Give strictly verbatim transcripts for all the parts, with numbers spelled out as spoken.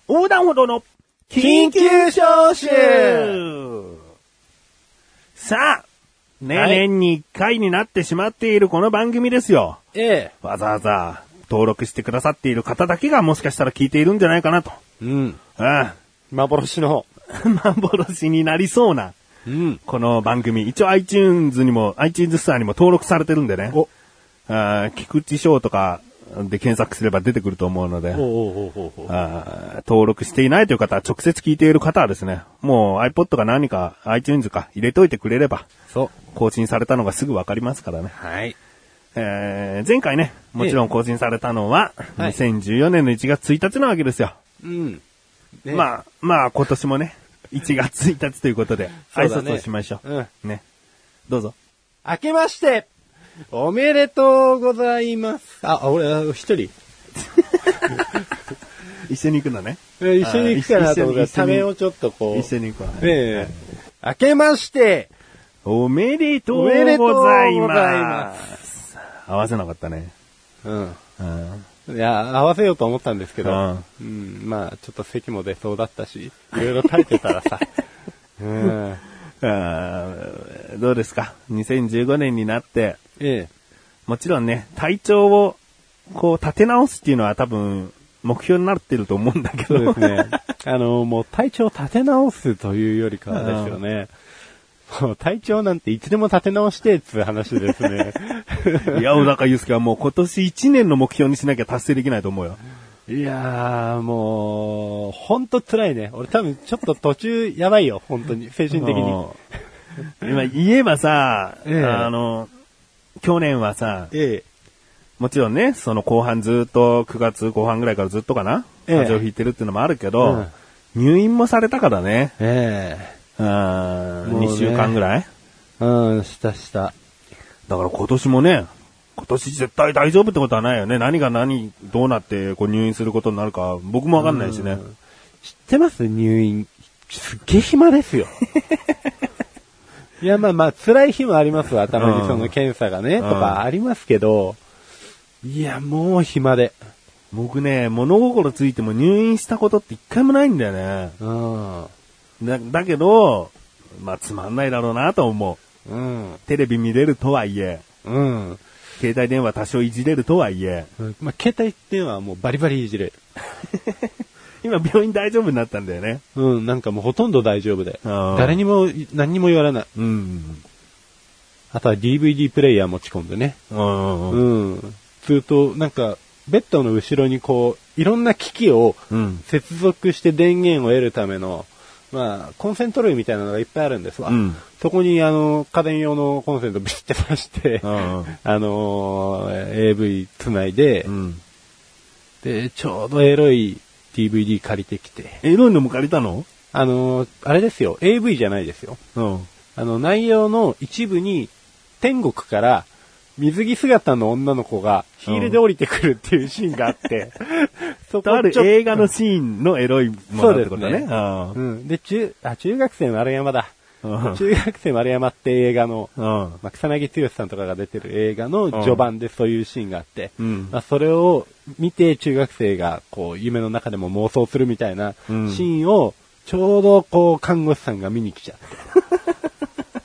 横断歩道の緊急招集。 さあ、ね、 はい年にいっかいになってしまっているこの番組ですよ。 ええ。 わざわざ登録してくださっている方だけがもしかしたら聞いているんじゃないかなと。 うん。 あ幻の。 あ幻になりそうな、 うん。 この番組。一応 iTunes にも、iTunes ストアにも登録されてるんでね。 お。 あ菊池翔とかで検索すれば出てくると思うので。 おうおうおうおうおう。 あ登録していないという方は直接聞いている方はですね、もう iPod か何か iTunes か入れといてくれれば、 そう。 更新されたのがすぐわかりますからね。 はい。 えー、前回ね、もちろん更新されたのは、 はい、 にせんじゅうよねんのいちがつついたちなわけですよ。 うん。ね、 まあ、まあ今年もね、いちがつついたちということで、挨拶をしましょう。 うん。 ね。どうぞ。 明けまして、おめでとうございます。あ、俺、一人一緒に行くのね。 一緒に行くかなと思ったら、ためをちょっとこう。 一緒に行くわね。 ねえ。明けまして、 おめでとうございます。合わせなかったね。 うん。 うん、 いや、合わせようと思ったんですけど、 うん、 うん、まあ、ちょっと席も出そうだったし、いろいろ耐えてたらさ、うん、 あどうですかにせんじゅうごねんになって、 ええ、 もちろんね、体調をこう立て直すっていうのは多分目標になってると思うんだけど。 そうですね。あの、もう体調を立て直すというよりかはですよね。もう体調なんていつでも立て直してっていう話ですね。 いや、小高祐介はもう今年いちねんの目標にしなきゃ達成できないと思うよ。 いやー、もう、ほんと辛いね。俺多分ちょっと途中やばいよ、本当に、精神的に。 今言えばさ、 ええ、 あの、去年はさ、 ええ、 もちろんね、その後半ずっとくがつご半ぐらいからずっとかな、ええ、風邪をひいてるっていうのもあるけど、うん、入院もされたからね。 ええあね、にしゅうかんぐらいうん、したした。 だから今年もね、今年絶対大丈夫ってことはないよね。何が何、どうなってこう入院することになるか、僕もわかんないしね。 知ってます入院。すっげえ暇ですよ。いや、まあまあ、辛い日もありますわ。頭にその検査がね、とかありますけど、いや、もう暇で。 僕ね、物心ついても入院したことって一回もないんだよね。 うん。 だ, だけど、まあつまんないだろうなと思う。うん。 テレビ見れるとはいえ、 うん。 携帯電話多少いじれるとはいえ、 うん、まあ携帯電話はもうバリバリいじれる。 今病院大丈夫になったんだよね。 うん、なんかもうほとんど大丈夫で。誰にも何にも言われない。 うん。 あとは ディーブイディー プレイヤー持ち込んでね。 うん。 うん。すると、なんか、ベッドの後ろにこう、いろんな機器を接続して電源を得るための、まあ、コンセント類みたいなのがいっぱいあるんですわ。うん、そこに、あの、家電用のコンセントビシって出して、うん、あの、エーブイ つないで、うん、で、ちょうどエロい ディーブイディー 借りてきて。 エロいのも借りたの？ あの、あれですよ、エーブイ じゃないですよ。うん、あの、内容の一部に、天国から、水着姿の女の子がヒールで降りてくるっていうシーンがあって、うん、 そこある映画のシーンのエロいものってことね。 そうですね。うん。で、中、あ、中学生丸山だ。うん、中学生丸山って映画の、うん、まあ、草薙剛さんとかが出てる映画の序盤でそういうシーンがあって、うん、まあ、それを見て中学生がこう夢の中でも妄想するみたいなシーンをちょうどこう看護師さんが見に来ちゃって。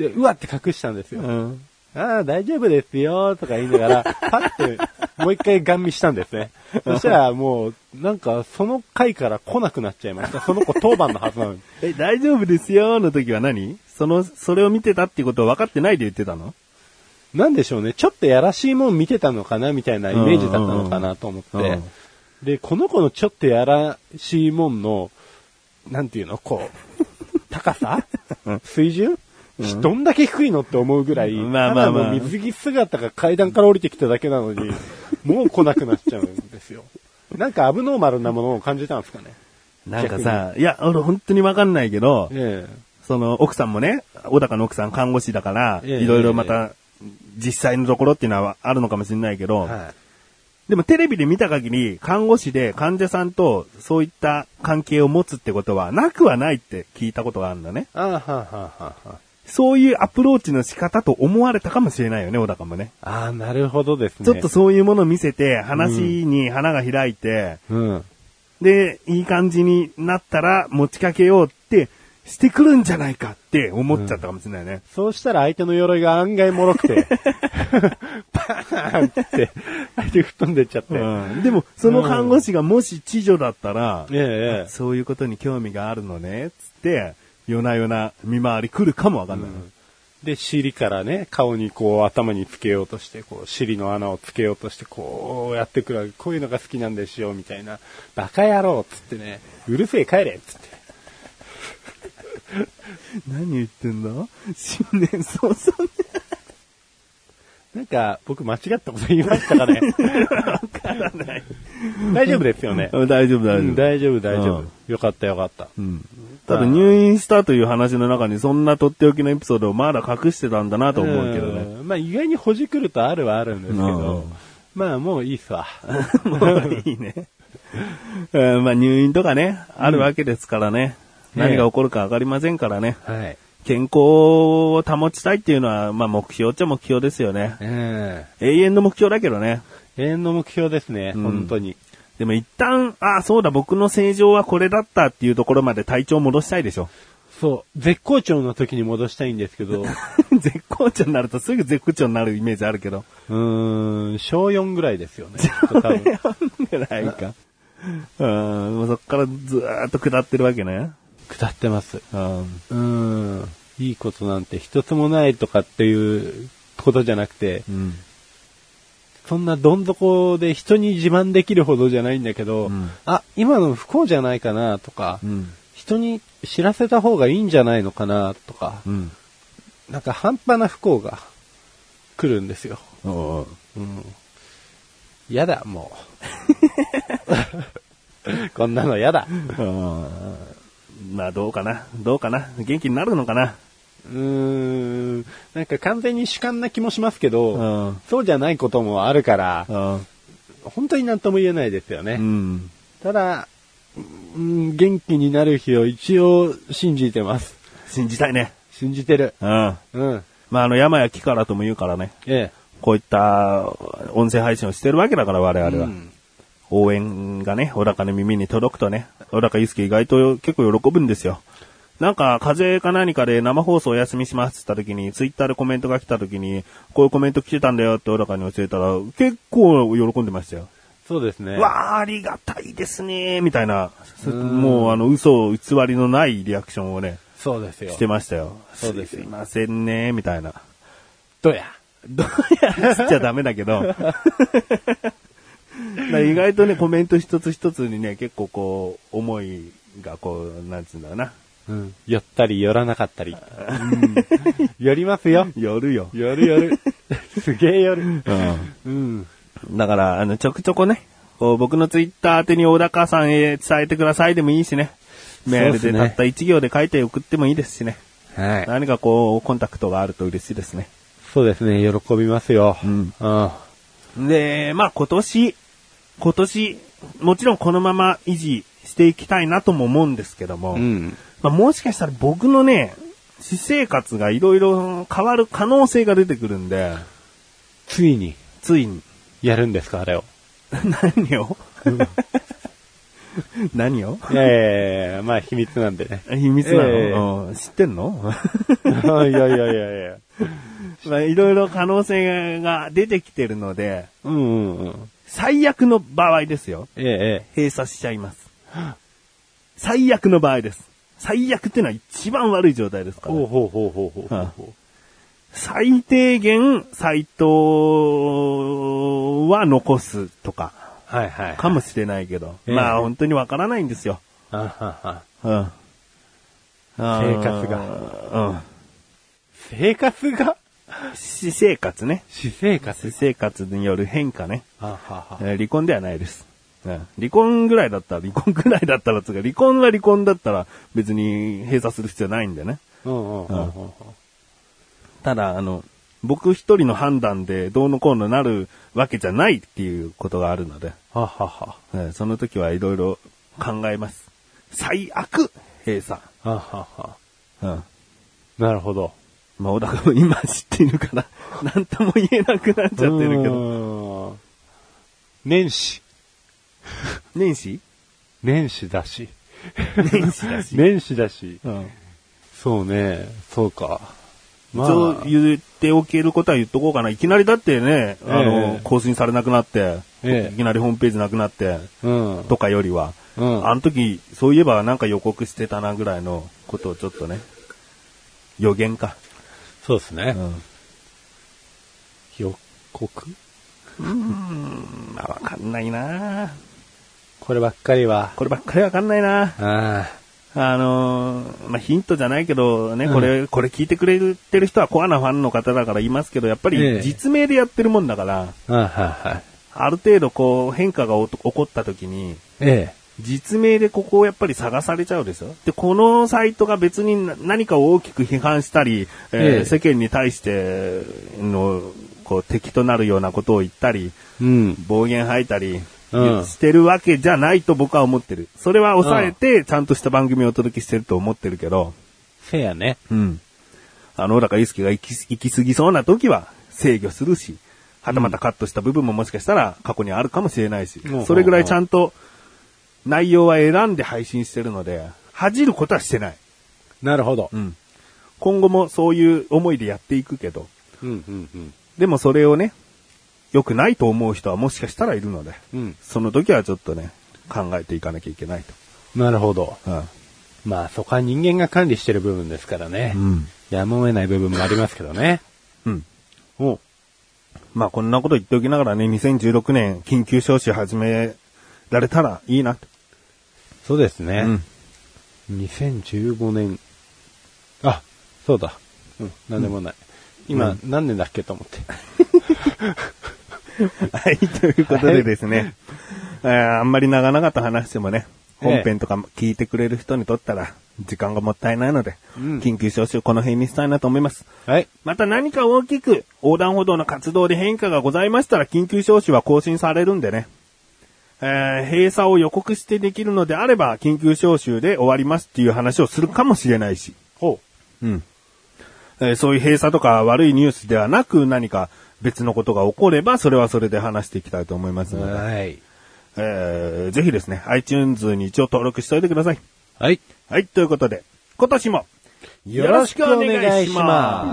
で、うわって隠したんですよ。うんああ、大丈夫ですよ、とか言いながら、パッて、もう一回ガン見したんですね。そしたら、もう、なんか、その回から来なくなっちゃいました。その子当番のはずなのに。 え、大丈夫ですよ、の時は何？その、それを見てたっていうことを分かってないで言ってたの？ なんでしょうね。ちょっとやらしいもん見てたのかな、みたいなイメージだったのかなと思って。うんうんうん、で、この子のちょっとやらしいもんの、なんていうの、こう、高さ水準どんだけ低いのって思うぐらい、まあまあまあ、ただの水着姿が階段から降りてきただけなのに、もう来なくなっちゃうんですよ。なんかアブノーマルなものを感じたんですかね。 なんかさ、いや、俺本当にわかんないけど、ええ、その奥さんもね、小高の奥さん看護師だから、いろいろまた実際のところっていうのはあるのかもしれないけど、はい、でもテレビで見た限り看護師で患者さんとそういった関係を持つってことはなくはないって聞いたことがあるんだね。 あははははそういうアプローチの仕方と思われたかもしれないよね、小高もね。 ああ、なるほどですね。 ちょっとそういうものを見せて、話に花が開いて、うん、 で、いい感じになったら持ちかけようってしてくるんじゃないかって思っちゃったかもしれないね。うん、 そうしたら相手の鎧が案外脆くて、パーンって相手吹っ飛んでっちゃって。 うん、でも、その看護師がもし知女だったら、 うん、 そういうことに興味があるのね、つって、夜な夜な見回り来るかもわかんない。うんで、尻からね、顔にこう頭につけようとして、こう尻の穴をつけようとして、こうやってくる、こういうのが好きなんですよ、みたいな。バカ野郎つってね、うるせえ帰れつって。 何言ってんだ新年早々 なんか、僕間違ったこと言いましたかねわからない。 大丈夫ですよね。 大丈夫、大丈夫。 うん、大丈夫、大丈夫。よかった、よかった。 うん。ただ入院したという話の中にそんなとっておきのエピソードをまだ隠してたんだなと思うけどね。 まあ意外にほじくるとあるはあるんですけど、まあもういいっすわ。 もういいね。まあ入院とかね、あるわけですからね。うん、何が起こるかわかりませんからね。 はい。 健康を保ちたいっていうのは、まあ目標っちゃ目標ですよね。 えー、永遠の目標だけどね。 永遠の目標ですね、うん、本当に。 でも一旦、あ、そうだ、僕の正常はこれだったっていうところまで体調を戻したいでしょ。 そう。絶好調の時に戻したいんですけど。 絶好調になるとすぐ絶好調になるイメージあるけど。 うーん、小よんぐらいですよね。 小よんぐらいか。うん、もうそっからずーっと下ってるわけね。 下ってます。 うん。 うーん。いいことなんて一つもないとかっていうことじゃなくて、うん、そんなどん底で人に自慢できるほどじゃないんだけど、うん、あ、今の不幸じゃないかなとか、うん、人に知らせた方がいいんじゃないのかなとか、うん、なんか半端な不幸が来るんですよ。 おう、 うん、やだ、もう。こんなのやだ。 まあどうかな、どうかな、元気になるのかな。 うーん、なんか完全に主観な気もしますけど、 うん、 そうじゃないこともあるから、 うん、 本当になんとも言えないですよね。 うん、 ただ、うん、元気になる日を一応信じてます。 信じたいね。 信じてる。 うん。 うん。 まああの山や木からとも言うからね。 ええ。 こういった音声配信をしてるわけだから我々は。うん、応援がね、小高の耳に届くとね、小高祐介意外と結構喜ぶんですよ。なんか、風邪か何かで生放送お休みしますって言った時に、ツイッターでコメントが来た時に、こういうコメント来てたんだよって小高に教えたら、結構喜んでましたよ。 そうですね。 わー、ありがたいですねみたいな、もうあの、嘘、偽りのないリアクションをね、 そうですよ。 してましたよ。 そうですよ。 すいませんねみたいな。 どやどやつっちゃダメだけど。意外とね、コメント一つ一つにね、結構こう、思いがこう、なんつうんだろうな。 うん。寄ったり寄らなかったり。うん、寄りますよ。 寄るよ。 寄る寄る。すげえ寄る。うん。 うん。だから、あの、ちょくちょこね、こう僕のツイッター宛てに小高さんへ伝えてくださいでもいいしね。メールでたった一行で書いて送ってもいいですしね。 はい。 何かこう、コンタクトがあると嬉しいですね。 そうですね。喜びますよ。 うん。うん。で、まあ今年、今年、もちろんこのまま維持していきたいなとも思うんですけども、 うん、 まあ、もしかしたら僕のね、私生活がいろいろ変わる可能性が出てくるんで、 ついに、 ついに、 やるんですか、あれを。 何を何をいやいやいや、まあ秘密なんでね。 秘密なの、えーうん、知ってんのいやいやいやいや。 まあいろいろ可能性が出てきてるので、 うんうんうん、 最悪の場合ですよ。 ええ、 閉鎖しちゃいます。最悪の場合です。最悪ってのは一番悪い状態ですから。 ほうほうほうほうほうほう、はあ、 最低限、サイトは残すとか。 はいはい、はい。 かもしれないけど。えー、まあ本当にわからないんですよ。 あはは。うん。 生活が。 うん。 生活が私生活ね。 私生活私生活による変化ね。 ははは、 離婚ではないです。うん、離婚ぐらいだったら、離婚ぐらいだったらつうか、離婚は離婚だったら別に閉鎖する必要ないんでね。 うんうんうんうん、 ただ、あの、僕一人の判断でどうのこうのなるわけじゃないっていうことがあるので。 ははは、 うん、その時はいろいろ考えます。最悪閉鎖。 ははは、 うん。 なるほど。 まあ、小高も今知っているから、なんとも言えなくなっちゃってるけど。 年始。 年始年始だし。 年始だし。 年始だし。 うん、 そうね、そうか。 まあ、そう言っておけることは言っとこうかな。いきなりだってね、あの、えー、更新されなくなって、えー、いきなりホームページなくなって、うん、とかよりは、うん、あの時、そういえばなんか予告してたなぐらいのことをちょっとね、予言か。 そうですね。うん、予告うーん、まあわかんないなこればっかりは。 こればっかりわかんないなああのー、まあ、ヒントじゃないけどね、これ、うん、これ聞いてくれてる人はコアなファンの方だから言いますけど、やっぱり実名でやってるもんだから、ええ、ある程度こう変化が起こった時に、ええ、実名でここをやっぱり探されちゃうですよ。で、このサイトが別に何かを大きく批判したり、えーええ、世間に対してのこう敵となるようなことを言ったり、うん、暴言吐いたり、うん、してるわけじゃないと僕は思ってる。それは抑えて、ちゃんとした番組をお届けしてると思ってるけど。 せやね。 うん。あの、小高祐介が行き、行き過ぎそうな時は制御するし、はたまたカットした部分ももしかしたら過去にあるかもしれないし、うん、それぐらいちゃんと内容は選んで配信してるので、恥じることはしてない。 なるほど。 うん。今後もそういう思いでやっていくけど、 うんうんうん、 でもそれをね、良くないと思う人はもしかしたらいるので、うん、その時はちょっとね、考えていかなきゃいけないと。 なるほど。うん、まあそこは人間が管理してる部分ですからね。うん、やむを得ない部分もありますけどね。 うん。おまあこんなこと言っておきながらね、にせんじゅうろくねん緊急招集始められたらいいなと。 そうですね。うん、にせんじゅうごねん。あ、そうだ。うん、なんでもない。うん、今、うん、何年だっけと思って。 はい、ということでですね、はい、あんまり長々と話してもね、本編とか聞いてくれる人にとったら時間がもったいないので、うん、緊急招集この辺にしたいなと思います。はい。また何か大きく横断歩道の活動で変化がございましたら緊急招集は更新されるんでね、えー、閉鎖を予告してできるのであれば緊急招集で終わりますっていう話をするかもしれないし、ほう。うん。えー、そういう閉鎖とか悪いニュースではなく何か別のことが起これば、それはそれで話していきたいと思いますので。はい。えー、ぜひですね、iTunes に一応登録しておいてください。はい。はい、ということで、今年もよろしくお願いします。